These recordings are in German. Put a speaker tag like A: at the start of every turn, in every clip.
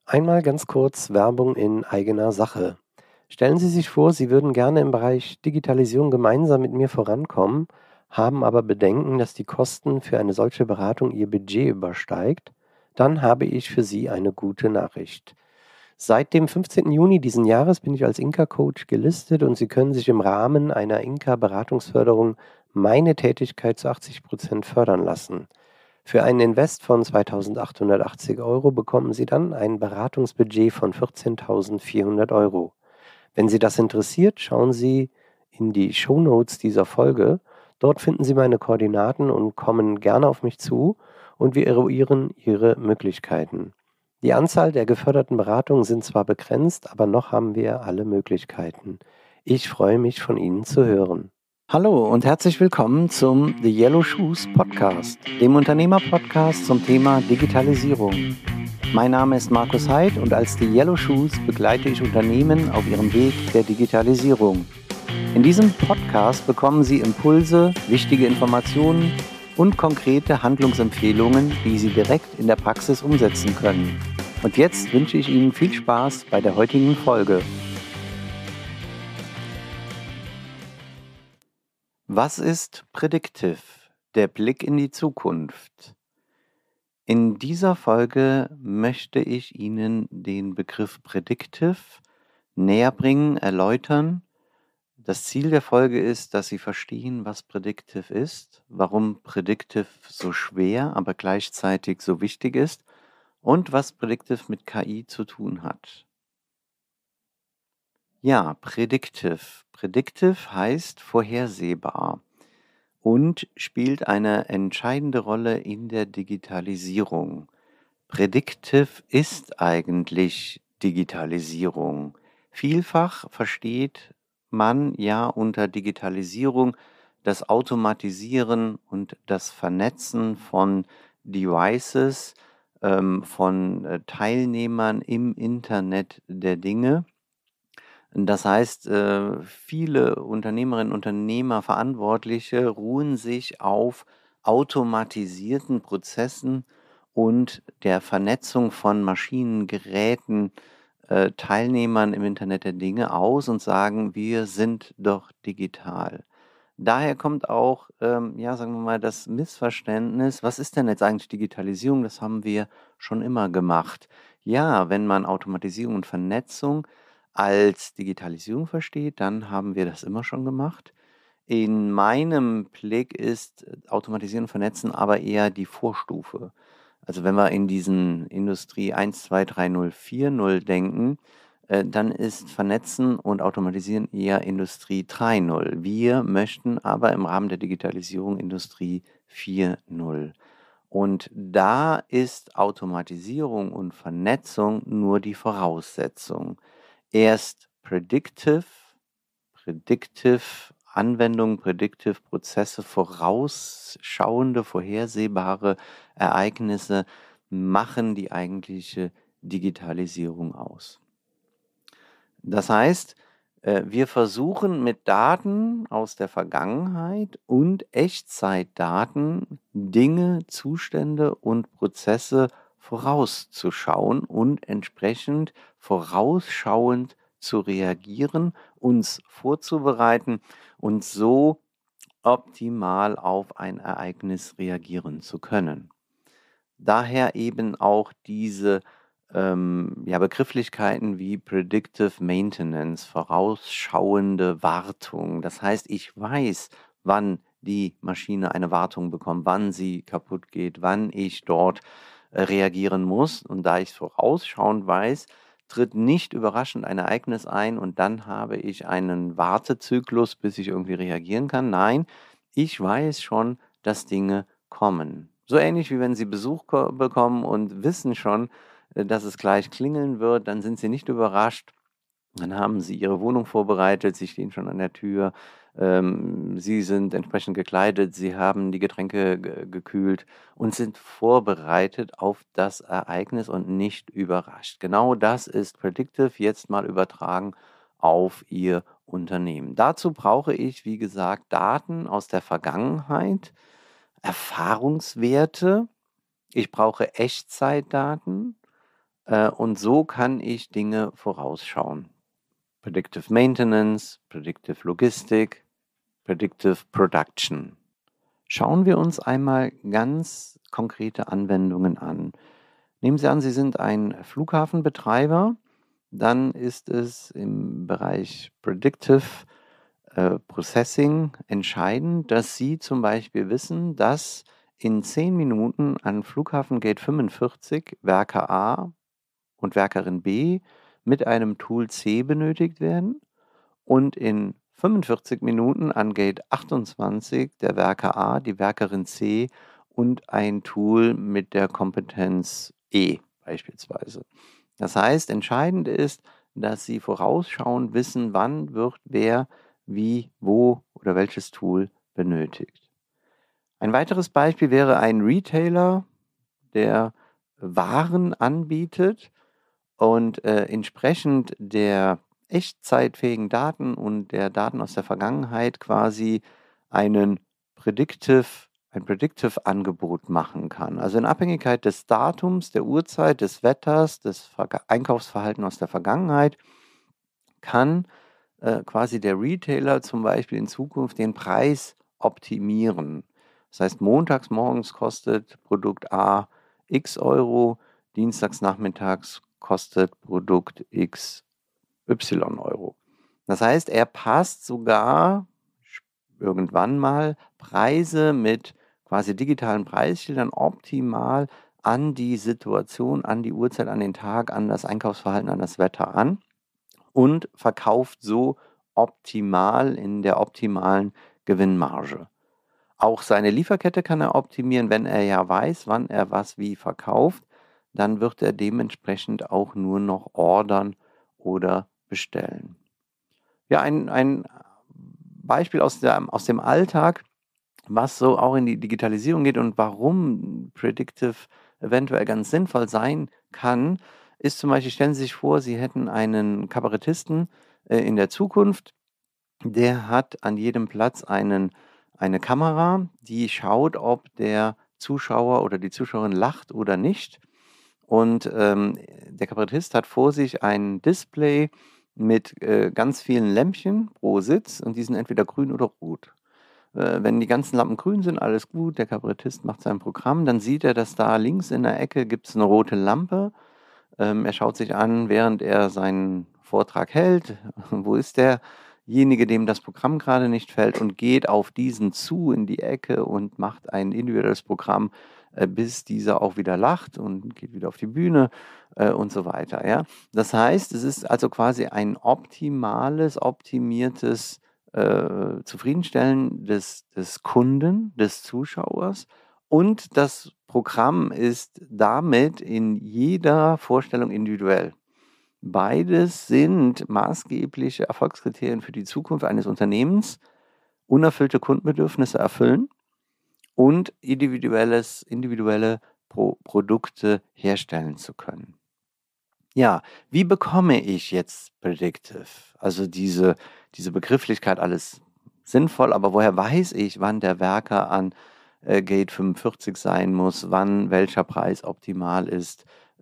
A: Einmal ganz kurz Werbung in eigener Sache. Stellen Sie sich vor, Sie würden gerne im Bereich Digitalisierung gemeinsam mit mir vorankommen, haben aber Bedenken, dass die Kosten für eine solche Beratung Ihr Budget übersteigt. Dann habe ich für Sie eine gute Nachricht. Seit dem 15. Juni diesen Jahres bin ich als Inka-Coach gelistet und Sie können sich im Rahmen einer Inka-Beratungsförderung meine Tätigkeit zu 80% fördern lassen. Für einen Invest von 2.880 Euro bekommen Sie dann ein Beratungsbudget von 14.400 Euro. Wenn Sie das interessiert, schauen Sie in die Shownotes dieser Folge. Dort finden Sie meine Koordinaten und kommen gerne auf mich zu und wir eruieren Ihre Möglichkeiten. Die Anzahl der geförderten Beratungen sind zwar begrenzt, aber noch haben wir alle Möglichkeiten. Ich freue mich, von Ihnen zu hören. Hallo und herzlich willkommen zum The Yellow Shoes Podcast, dem Unternehmer-Podcast zum Thema Digitalisierung. Mein Name ist Markus Heid und als The Yellow Shoes begleite ich Unternehmen auf ihrem Weg der Digitalisierung. In diesem Podcast bekommen Sie Impulse, wichtige Informationen und konkrete Handlungsempfehlungen, die Sie direkt in der Praxis umsetzen können. Und jetzt wünsche ich Ihnen viel Spaß bei der heutigen Folge. Was ist Predictive? Der Blick in die Zukunft. In dieser Folge möchte ich Ihnen den Begriff Predictive näher bringen, erläutern. Das Ziel der Folge ist, dass Sie verstehen, was Predictive ist, warum Predictive so schwer, aber gleichzeitig so wichtig ist und was Predictive mit KI zu tun hat. Ja, Predictive. Predictive heißt vorhersehbar und spielt eine entscheidende Rolle in der Digitalisierung. Predictive ist eigentlich Digitalisierung. Vielfach versteht man ja unter Digitalisierung das Automatisieren und das Vernetzen von Devices, von Teilnehmern im Internet der Dinge. Das heißt, viele Unternehmerinnen, Unternehmer, Verantwortliche ruhen sich auf automatisierten Prozessen und der Vernetzung von Maschinen, Geräten, Teilnehmern im Internet der Dinge aus und sagen, wir sind doch digital. Daher kommt auch, ja, sagen wir mal, das Missverständnis, was ist denn jetzt eigentlich Digitalisierung? Das haben wir schon immer gemacht. Ja, wenn man Automatisierung und Vernetzung als Digitalisierung versteht, dann haben wir das immer schon gemacht. In meinem Blick ist Automatisieren und Vernetzen aber eher die Vorstufe. Also wenn wir in diesen Industrie 1, 2, 3, 0, 4, 0 denken, dann ist Vernetzen und Automatisieren eher Industrie 3.0. Wir möchten aber im Rahmen der Digitalisierung Industrie 4.0. Und da ist Automatisierung und Vernetzung nur die Voraussetzung. Erst Predictive Anwendungen, Predictive Prozesse, vorausschauende, vorhersehbare Ereignisse machen die eigentliche Digitalisierung aus. Das heißt, wir versuchen mit Daten aus der Vergangenheit und Echtzeitdaten Dinge, Zustände und Prozesse vorauszuschauen und entsprechend vorausschauend zu reagieren, uns vorzubereiten und so optimal auf ein Ereignis reagieren zu können. Daher eben auch diese Begrifflichkeiten wie Predictive Maintenance, vorausschauende Wartung. Das heißt, ich weiß, wann die Maschine eine Wartung bekommt, wann sie kaputt geht, wann ich dort reagieren muss. Und da ich es vorausschauend weiß, tritt nicht überraschend ein Ereignis ein und dann habe ich einen Wartezyklus, bis ich irgendwie reagieren kann. Nein, ich weiß schon, dass Dinge kommen. So ähnlich wie wenn Sie Besuch bekommen und wissen schon, dass es gleich klingeln wird, dann sind Sie nicht überrascht. Dann haben Sie Ihre Wohnung vorbereitet, Sie stehen schon an der Tür, Sie sind entsprechend gekleidet, Sie haben die Getränke gekühlt und sind vorbereitet auf das Ereignis und nicht überrascht. Genau das ist Predictive, jetzt mal übertragen auf Ihr Unternehmen. Dazu brauche ich, wie gesagt, Daten aus der Vergangenheit, Erfahrungswerte, ich brauche Echtzeitdaten, Und so kann ich Dinge vorausschauen. Predictive Maintenance, Predictive Logistik, Predictive Production. Schauen wir uns einmal ganz konkrete Anwendungen an. Nehmen Sie an, Sie sind ein Flughafenbetreiber, dann ist es im Bereich Predictive Processing entscheidend, dass Sie zum Beispiel wissen, dass in 10 Minuten an Flughafengate 45 Werker A und Werkerin B mit einem Tool C benötigt werden und in 45 Minuten an Gate 28 der Werker A, die Werkerin C und ein Tool mit der Kompetenz E beispielsweise. Das heißt, entscheidend ist, dass Sie vorausschauend wissen, wann wird wer, wie, wo oder welches Tool benötigt. Ein weiteres Beispiel wäre ein Retailer, der Waren anbietet und entsprechend der echtzeitfähigen Daten und der Daten aus der Vergangenheit quasi ein Predictive-Angebot machen kann. Also in Abhängigkeit des Datums, der Uhrzeit, des Wetters, des Einkaufsverhaltens aus der Vergangenheit kann quasi der Retailer zum Beispiel in Zukunft den Preis optimieren. Das heißt, montags morgens kostet Produkt A x Euro, dienstags nachmittags kostet Produkt X y Euro. Das heißt, er passt sogar irgendwann mal Preise mit quasi digitalen Preisschildern optimal an die Situation, an die Uhrzeit, an den Tag, an das Einkaufsverhalten, an das Wetter an und verkauft so optimal in der optimalen Gewinnmarge. Auch seine Lieferkette kann er optimieren, wenn er ja weiß, wann er was wie verkauft, dann wird er dementsprechend auch nur noch ordern oder bestellen. Ja, ein Beispiel aus dem Alltag, was so auch in die Digitalisierung geht und warum Predictive eventuell ganz sinnvoll sein kann, ist zum Beispiel, stellen Sie sich vor, Sie hätten einen Kabarettisten in der Zukunft, der hat an jedem Platz eine Kamera, die schaut, ob der Zuschauer oder die Zuschauerin lacht oder nicht. Und der Kabarettist hat vor sich ein Display mit ganz vielen Lämpchen pro Sitz und die sind entweder grün oder rot. Wenn die ganzen Lampen grün sind, alles gut, der Kabarettist macht sein Programm, dann sieht er, dass da links in der Ecke gibt es eine rote Lampe. Er schaut sich an, während er seinen Vortrag hält, wo ist derjenige, dem das Programm gerade nicht fällt und geht auf diesen zu in die Ecke und macht ein individuelles Programm, bis dieser auch wieder lacht und geht wieder auf die Bühne und so weiter. Ja? Das heißt, es ist also quasi ein optimiertes Zufriedenstellen des Kunden, des Zuschauers. Und das Programm ist damit in jeder Vorstellung individuell. Beides sind maßgebliche Erfolgskriterien für die Zukunft eines Unternehmens, unerfüllte Kundenbedürfnisse erfüllen und individuelle Produkte herstellen zu können. Ja, wie bekomme ich jetzt Predictive? Also diese Begrifflichkeit, alles sinnvoll, aber woher weiß ich, wann der Werker an Gate 45 sein muss, wann welcher Preis optimal ist,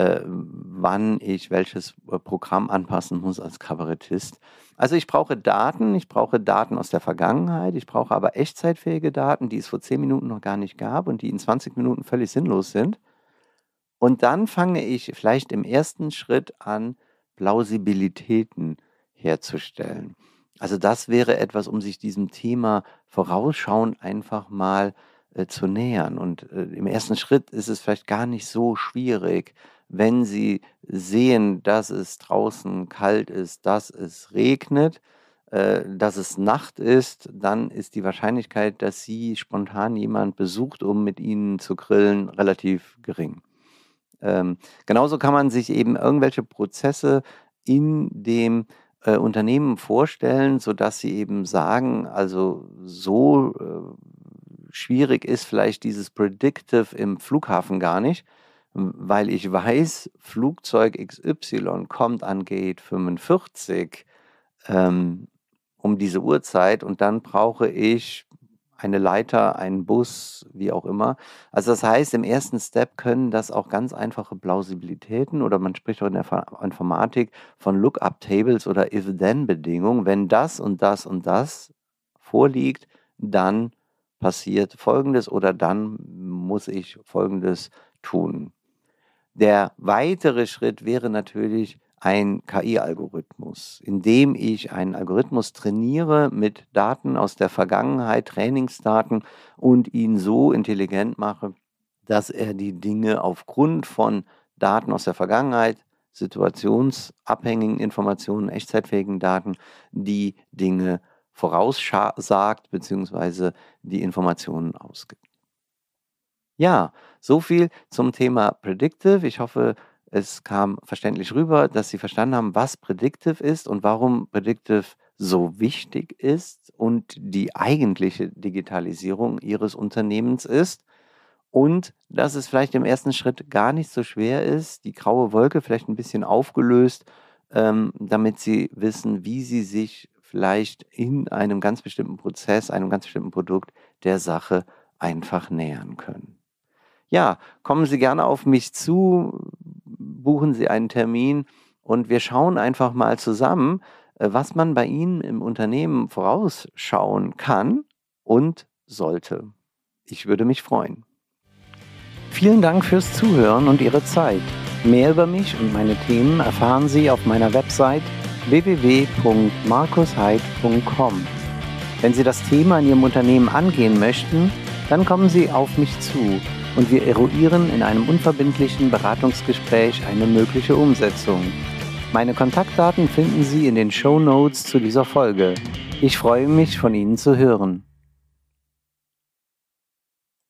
A: wann ich welches Programm anpassen muss als Kabarettist? Also ich brauche Daten aus der Vergangenheit, ich brauche aber echtzeitfähige Daten, die es vor 10 Minuten noch gar nicht gab und die in 20 Minuten völlig sinnlos sind. Und dann fange ich vielleicht im ersten Schritt an, Plausibilitäten herzustellen. Also das wäre etwas, um sich diesem Thema vorausschauend einfach mal zu nähern. Und im ersten Schritt ist es vielleicht gar nicht so schwierig, wenn Sie sehen, dass es draußen kalt ist, dass es regnet, dass es Nacht ist, dann ist die Wahrscheinlichkeit, dass Sie spontan jemand besucht, um mit Ihnen zu grillen, relativ gering. Genauso kann man sich eben irgendwelche Prozesse in dem Unternehmen vorstellen, sodass sie eben sagen, also so schwierig ist vielleicht dieses Predictive im Flughafen gar nicht, weil ich weiß, Flugzeug XY kommt an Gate 45 um diese Uhrzeit und dann brauche ich eine Leiter, einen Bus, wie auch immer. Also das heißt, im ersten Step können das auch ganz einfache Plausibilitäten oder man spricht auch in der Informatik von Lookup-Tables oder If-Then-Bedingungen. Wenn das und das und das vorliegt, dann passiert Folgendes oder dann muss ich Folgendes tun. Der weitere Schritt wäre natürlich ein KI-Algorithmus, indem ich einen Algorithmus trainiere mit Daten aus der Vergangenheit, Trainingsdaten und ihn so intelligent mache, dass er die Dinge aufgrund von Daten aus der Vergangenheit, situationsabhängigen Informationen, echtzeitfähigen Daten, die Dinge voraussagt bzw. die Informationen ausgibt. Ja, so viel zum Thema Predictive. Ich hoffe, es kam verständlich rüber, dass Sie verstanden haben, was Predictive ist und warum Predictive so wichtig ist und die eigentliche Digitalisierung Ihres Unternehmens ist. Und dass es vielleicht im ersten Schritt gar nicht so schwer ist, die graue Wolke vielleicht ein bisschen aufgelöst, damit Sie wissen, wie Sie sich vielleicht in einem ganz bestimmten Prozess, einem ganz bestimmten Produkt der Sache einfach nähern können. Ja, kommen Sie gerne auf mich zu, buchen Sie einen Termin und wir schauen einfach mal zusammen, was man bei Ihnen im Unternehmen vorausschauen kann und sollte. Ich würde mich freuen. Vielen Dank fürs Zuhören und Ihre Zeit. Mehr über mich und meine Themen erfahren Sie auf meiner Website www.markusheid.com. Wenn Sie das Thema in Ihrem Unternehmen angehen möchten, dann kommen Sie auf mich zu und wir eruieren in einem unverbindlichen Beratungsgespräch eine mögliche Umsetzung. Meine Kontaktdaten finden Sie in den Shownotes zu dieser Folge. Ich freue mich, von Ihnen zu hören.